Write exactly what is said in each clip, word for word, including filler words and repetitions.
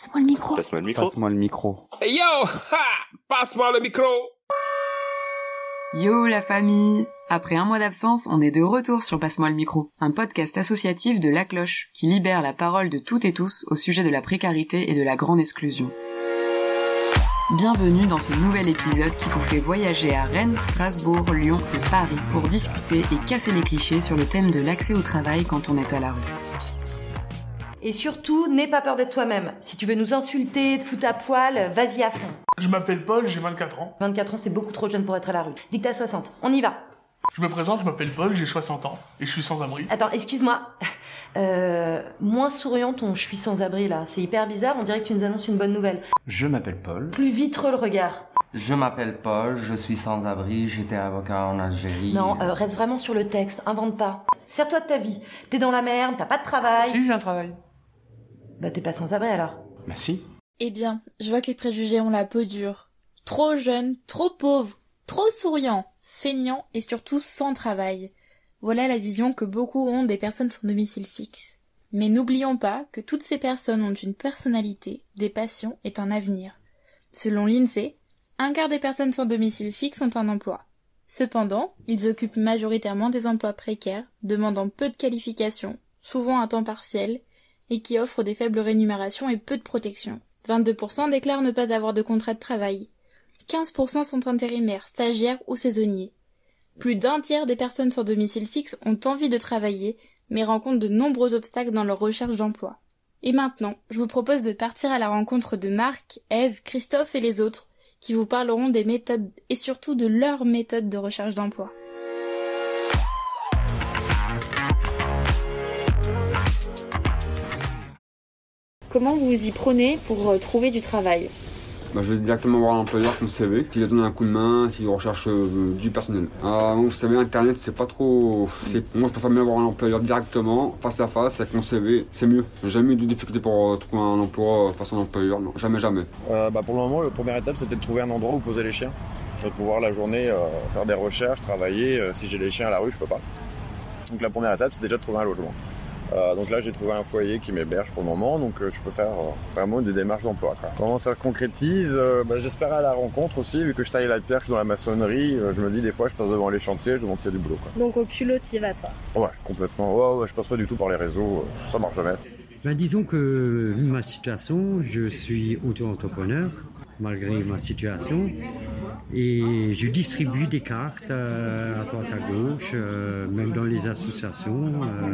Passe-moi le micro. Passe-moi le micro. Passe-moi le micro. Hey yo, ha, passe-moi le micro. Yo la famille. Après un mois d'absence, on est de retour sur Passe-moi le micro, un podcast associatif de La Cloche qui libère la parole de toutes et tous au sujet de la précarité et de la grande exclusion. Bienvenue dans ce nouvel épisode qui vous fait voyager à Rennes, Strasbourg, Lyon et Paris pour discuter et casser les clichés sur le thème de l'accès au travail quand on est à la rue. Et surtout, n'aie pas peur d'être toi-même. Si tu veux nous insulter, te foutre à poil, vas-y à fond. Je m'appelle Paul, j'ai vingt-quatre ans. vingt-quatre ans, c'est beaucoup trop jeune pour être à la rue. Dis que t'as soixante. On y va. Je me présente, je m'appelle Paul, j'ai soixante ans. Et je suis sans abri. Attends, excuse-moi. Euh, moins souriant ton « je suis sans abri » là. C'est hyper bizarre, on dirait que tu nous annonces une bonne nouvelle. Je m'appelle Paul. Plus vitreux le regard. Je m'appelle Paul, je suis sans abri, j'étais avocat en Algérie. Non, euh, reste vraiment sur le texte, invente pas. Sers-toi de ta vie. T'es dans la merde, t'as pas de travail. Si, j'ai un travail. Bah t'es pas sans abri alors. Bah si. Eh bien, je vois que les préjugés ont la peau dure. Trop jeune, trop pauvre, trop souriant, feignant et surtout sans travail. Voilà la vision que beaucoup ont des personnes sans domicile fixe. Mais n'oublions pas que toutes ces personnes ont une personnalité, des passions et un avenir. Selon l'INSEE, un quart des personnes sans domicile fixe ont un emploi. Cependant, ils occupent majoritairement des emplois précaires, demandant peu de qualifications, souvent à temps partiel, et qui offrent des faibles rémunérations et peu de protection. vingt-deux pour cent déclarent ne pas avoir de contrat de travail. quinze pour cent sont intérimaires, stagiaires ou saisonniers. Plus d'un tiers des personnes sans domicile fixe ont envie de travailler, mais rencontrent de nombreux obstacles dans leur recherche d'emploi. Et maintenant, je vous propose de partir à la rencontre de Marc, Ève, Christophe et les autres, qui vous parleront des méthodes et surtout de leurs méthodes de recherche d'emploi. Comment vous y prenez pour euh, trouver du travail ? Bah, je vais directement voir l'employeur avec mon C V, s'il a donné un coup de main, s'il recherche euh, du personnel. Ah, vous savez, Internet, c'est pas trop... C'est... Moi, je préfère mieux voir l'employeur directement, face à face, avec mon C V, c'est mieux. J'ai jamais eu de difficulté pour euh, trouver un emploi face à un employeur, non, jamais, jamais. Euh, bah, pour le moment, la première étape, c'était de trouver un endroit où poser les chiens. Je vais pouvoir la journée euh, faire des recherches, travailler. Euh, si j'ai les chiens à la rue, je peux pas. Donc la première étape, c'est déjà de trouver un logement. Euh, donc là, j'ai trouvé un foyer qui m'héberge pour le moment, donc euh, je peux faire euh, vraiment des démarches d'emploi. Quoi. Comment ça se concrétise euh, bah, J'espère à la rencontre aussi, vu que je taille la pierre, je suis dans la maçonnerie, euh, je me dis des fois, je passe devant les chantiers, je demande s'il y a du boulot. Quoi. Donc au culot, tu y vas, toi ? Ouais, complètement. Ouais, ouais, je passe pas du tout par les réseaux, euh, ça marche jamais. Ben, disons que, vu ma situation, je suis auto-entrepreneur, malgré ma situation, et je distribue des cartes euh, à droite à gauche, euh, même dans les associations,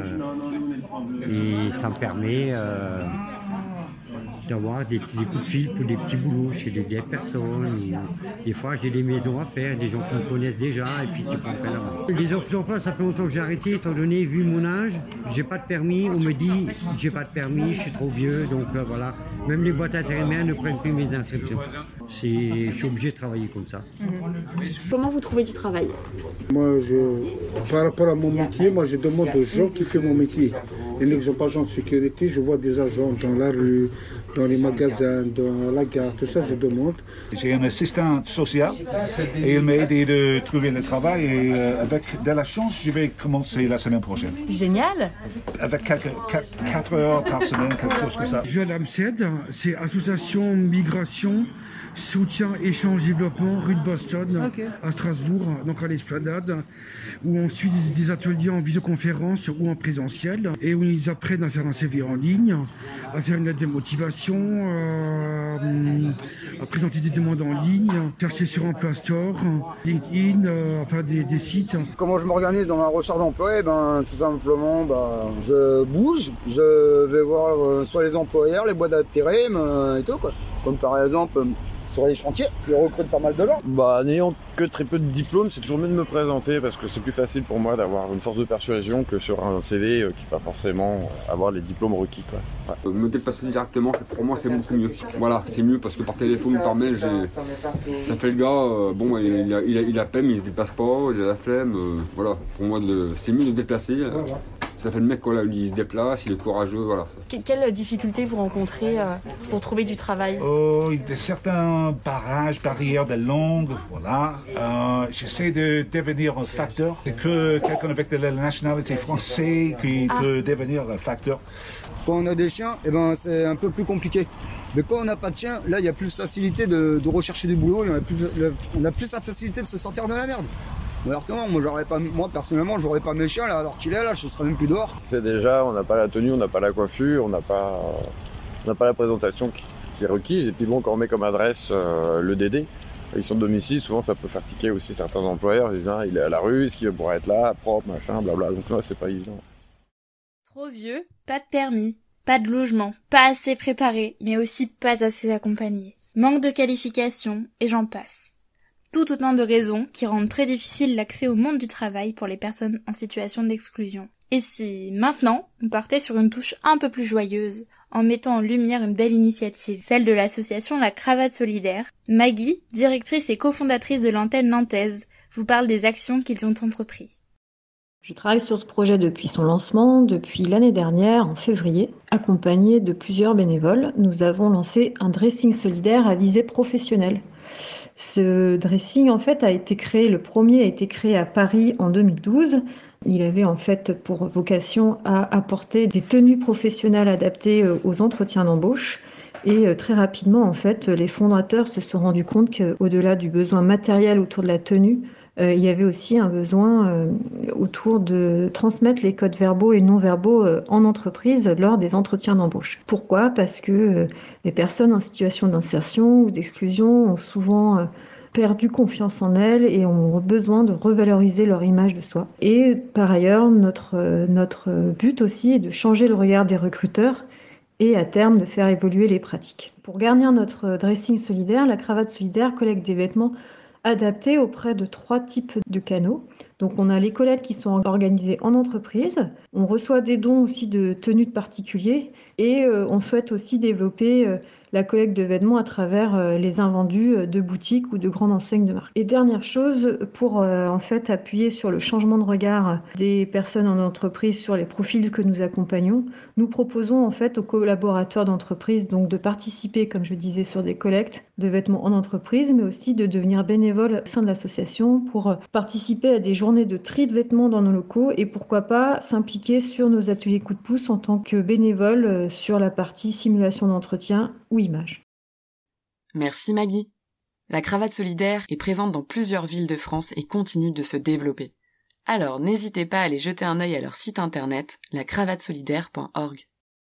euh, et ça me permet euh, d'avoir des, des coups de fil pour des petits boulots chez des, des personnes. Et des fois, j'ai des maisons à faire, des gens qui me connaissent déjà et puis qui font appel à moi. Les offres d'emploi, ça fait longtemps que j'ai arrêté, étant donné, vu mon âge, j'ai pas de permis. On me dit, j'ai pas de permis, je suis trop vieux, donc euh, voilà. Même les boîtes intérimaires ne prennent plus mes inscriptions. C'est, je suis obligé de travailler comme ça. Mmh. Comment vous trouvez du travail ? Moi, je, par rapport à mon métier, moi, je demande aux gens qui font mon métier. Un exemple, agent de sécurité, je vois des agents dans la rue, dans les magasins, dans la gare, tout ça, je demande. J'ai un assistant social et il m'a aidé de trouver le travail et euh, avec de la chance, je vais commencer la semaine prochaine. Génial. Avec quelques quatre heures par semaine, quelque chose comme ça. Je vais à l'AMSED, c'est Association Migration, Soutien, Échange, Développement, rue de Boston, okay. À Strasbourg, donc à l'Esplanade, où on suit des, des ateliers en visioconférence ou en présentiel, et où ils apprennent à faire un C V en ligne, à faire une lettre de motivation, euh, à présenter des demandes en ligne, chercher sur Emploi Store, LinkedIn, euh, enfin des, des sites. Comment je m'organise dans ma recherche d'emploi? Eh ben, tout simplement, bah, je bouge, je vais voir euh, soit les employeurs, les boîtes d'intérim euh, et tout, quoi. Comme par exemple euh, sur les chantiers, qui recrutent pas mal de gens. Bah, n'ayant que très peu de diplômes, c'est toujours mieux de me présenter parce que c'est plus facile pour moi d'avoir une force de persuasion que sur un C V euh, qui va pas forcément avoir les diplômes requis, quoi. Ouais. Me déplacer directement, pour moi, c'est beaucoup mieux. Voilà, c'est mieux parce que par téléphone ou par mail, j'ai... ça fait le gars, euh, bon, il a, il, a, il a peine, il se déplace pas, il a la flemme. Euh, voilà, pour moi, de... c'est mieux de se déplacer. Euh, ça fait le mec, voilà, il se déplace, il est courageux, voilà. Quelles difficultés vous rencontrez euh, pour trouver du travail? Oh, il y a certains barrages, barrières de langue, voilà. Euh, j'essaie de devenir un facteur. C'est que quelqu'un avec de la nationalité française qui ah. peut devenir un facteur. Quand on a des chiens, eh ben, c'est un peu plus compliqué. Mais quand on n'a pas de chien, là, il y a plus facilité de, de rechercher du boulot, il y a plus, on a plus la facilité de se sortir de la merde. Alors que non, moi, j'aurais pas, moi personnellement, j'aurais pas mes chiens là, alors qu'il est là, je serais même plus dehors. C'est déjà, on n'a pas la tenue, on n'a pas la coiffure, on n'a pas, on n'a pas la présentation qui, qui est requise. Et puis bon, quand on met comme adresse euh, le Dédé, avec son domicile, souvent ça peut faire tiquer aussi certains employeurs. Ils disent, ah, il est à la rue, est-ce qu'il pourrait être là, propre, machin, blabla. Donc là, c'est pas évident. Trop vieux, pas de permis, pas de logement, pas assez préparé, mais aussi pas assez accompagné. Manque de qualification, et j'en passe. Tout autant de raisons qui rendent très difficile l'accès au monde du travail pour les personnes en situation d'exclusion. Et si, maintenant, on partait sur une touche un peu plus joyeuse, en mettant en lumière une belle initiative, celle de l'association La Cravate Solidaire, Maggie, directrice et cofondatrice de l'antenne nantaise, vous parle des actions qu'ils ont entreprises. Je travaille sur ce projet depuis son lancement, depuis l'année dernière, en février. Accompagnée de plusieurs bénévoles, nous avons lancé un dressing solidaire à visée professionnelle. Ce dressing, en fait, a été créé, le premier a été créé à Paris en deux mille douze. Il avait en fait pour vocation à apporter des tenues professionnelles adaptées aux entretiens d'embauche. Et très rapidement, en fait, les fondateurs se sont rendus compte qu'au-delà du besoin matériel autour de la tenue, euh, il y avait aussi un besoin euh, autour de transmettre les codes verbaux et non verbaux euh, en entreprise lors des entretiens d'embauche. Pourquoi ? Parce que euh, les personnes en situation d'insertion ou d'exclusion ont souvent euh, perdu confiance en elles et ont besoin de revaloriser leur image de soi. Et par ailleurs, notre, euh, notre but aussi est de changer le regard des recruteurs et à terme de faire évoluer les pratiques. Pour garnir notre dressing solidaire, la cravate solidaire collecte des vêtements adaptés auprès de trois types de canaux. Donc on a les collectes qui sont organisées en entreprise, on reçoit des dons aussi de tenues de particuliers et euh, on souhaite aussi développer euh, la collecte de vêtements à travers euh, les invendus de boutiques ou de grandes enseignes de marque. Et dernière chose, pour euh, en fait appuyer sur le changement de regard des personnes en entreprise sur les profils que nous accompagnons, nous proposons en fait aux collaborateurs d'entreprise donc de participer, comme je disais, sur des collectes de vêtements en entreprise, mais aussi de devenir bénévole au sein de l'association pour participer à des journées de tri de vêtements dans nos locaux et pourquoi pas s'impliquer sur nos ateliers coup de pouce en tant que bénévole sur la partie simulation d'entretien ou image. Merci Maggie. La cravate solidaire est présente dans plusieurs villes de France et continue de se développer. Alors n'hésitez pas à aller jeter un œil à leur site internet, la cravate solidaire point org.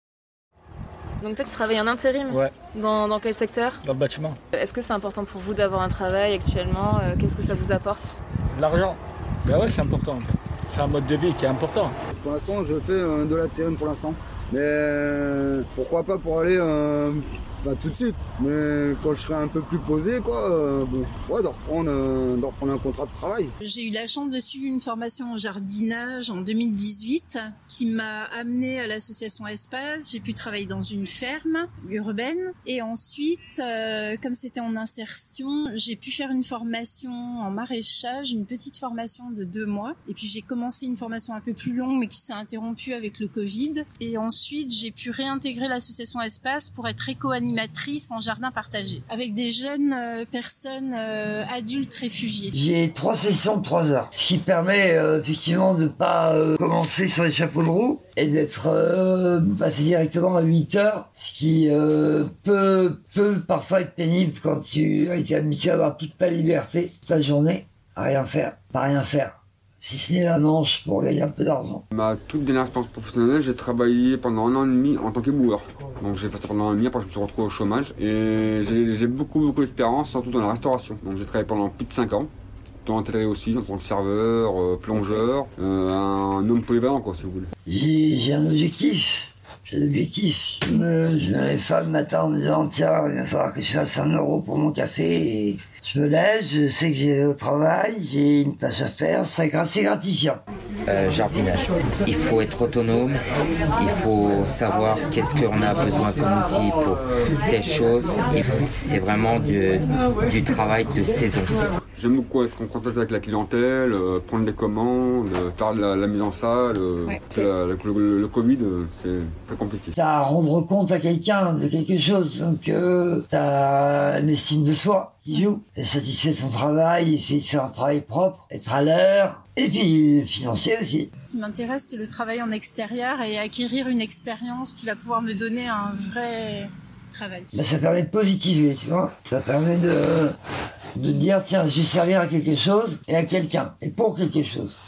Donc toi tu travailles en intérim ? Ouais. Dans, dans quel secteur ? Dans le bâtiment. Est-ce que c'est important pour vous d'avoir un travail actuellement ? Qu'est-ce que ça vous apporte ? L'argent. Ben ouais, c'est important. C'est un mode de vie qui est important. Pour l'instant, je fais euh, de l'intérim pour l'instant. Mais euh, pourquoi pas pour aller euh, bah, tout de suite. Mais quand je serai un peu plus posé, quoi, euh, bon, ouais, de reprendre, euh, de reprendre un contrat de travail. J'ai eu la chance de suivre une formation en jardinage en deux mille dix-huit qui m'a amenée à l'association Espace. J'ai pu travailler dans une ferme urbaine et ensuite, euh, comme c'était en insertion, j'ai pu faire une formation en maraîchage, une petite formation de deux mois. Et puis j'ai commencé une formation un peu plus longue mais qui s'est interrompue avec le Covid. Et ensuite, j'ai pu réintégrer l'association Espace pour être éco-animatrice en jardin partagé avec des jeunes euh, personnes euh, adultes réfugiés. J'ai trois sessions de trois heures, ce qui permet euh, effectivement de pas euh, commencer sur les chapeaux de roue et d'être euh, passé directement à huit heures, ce qui euh, peut, peut parfois être pénible quand tu as été habitué à avoir toute ta liberté, toute ta journée, à rien faire, pas rien faire. Si ce n'est la manche pour gagner un peu d'argent. Ma toute dernière expérience professionnelle, j'ai travaillé pendant un an et demi en tant qu'éboueur. Donc j'ai fait ça pendant un an et demi, après je me suis retrouvé au chômage. Et j'ai, j'ai beaucoup beaucoup d'expérience, surtout dans la restauration. Donc j'ai travaillé pendant plus de cinq ans. Dans l'hôtellerie aussi, en tant que serveur, euh, plongeur, euh, un homme polyvalent quoi si vous voulez. J'ai, j'ai un objectif. J'ai un objectif. Je me, je me lève pas le matin en me disant tiens, il va falloir que je fasse un euro pour mon café. Et je me lève, je sais que j'ai au travail, j'ai une tâche à faire, c'est gratifiant. Euh, jardinage. Il faut être autonome, il faut savoir qu'est-ce qu'on a besoin comme outil pour telle chose. Et c'est vraiment du, du travail de saison. J'aime beaucoup être en contact avec la clientèle, euh, prendre des commandes, euh, faire de la, la mise en salle. Euh, ouais. la, la, le, le Covid, euh, c'est très compliqué. T'as à rendre compte à quelqu'un de quelque chose, donc euh, t'as l'estime de soi qui joue. Être satisfait de son travail, essayer de faire un travail propre, être à l'heure. Et puis financier aussi. Ce qui m'intéresse, c'est le travail en extérieur et acquérir une expérience qui va pouvoir me donner un vrai travail. Bah, ça permet de positiver, tu vois. Ça permet de, de dire, tiens, je vais servir à quelque chose et à quelqu'un, et pour quelque chose.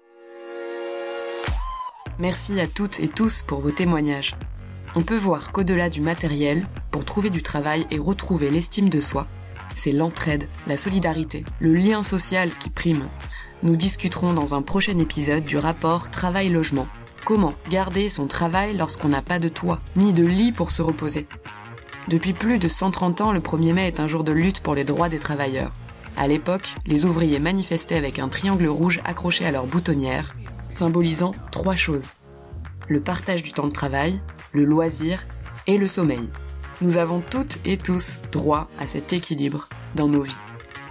Merci à toutes et tous pour vos témoignages. On peut voir qu'au-delà du matériel, pour trouver du travail et retrouver l'estime de soi, c'est l'entraide, la solidarité, le lien social qui prime. Nous discuterons dans un prochain épisode du rapport travail-logement. Comment garder son travail lorsqu'on n'a pas de toit, ni de lit pour se reposer. Depuis plus de cent trente ans, le premier mai est un jour de lutte pour les droits des travailleurs. À l'époque, les ouvriers manifestaient avec un triangle rouge accroché à leur boutonnière, symbolisant trois choses. Le partage du temps de travail, le loisir et le sommeil. Nous avons toutes et tous droit à cet équilibre dans nos vies.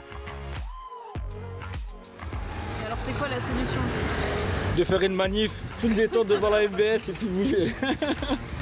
Et alors c'est quoi la solution ? De faire une manif, tout le temps devant la M B S et puis bouger.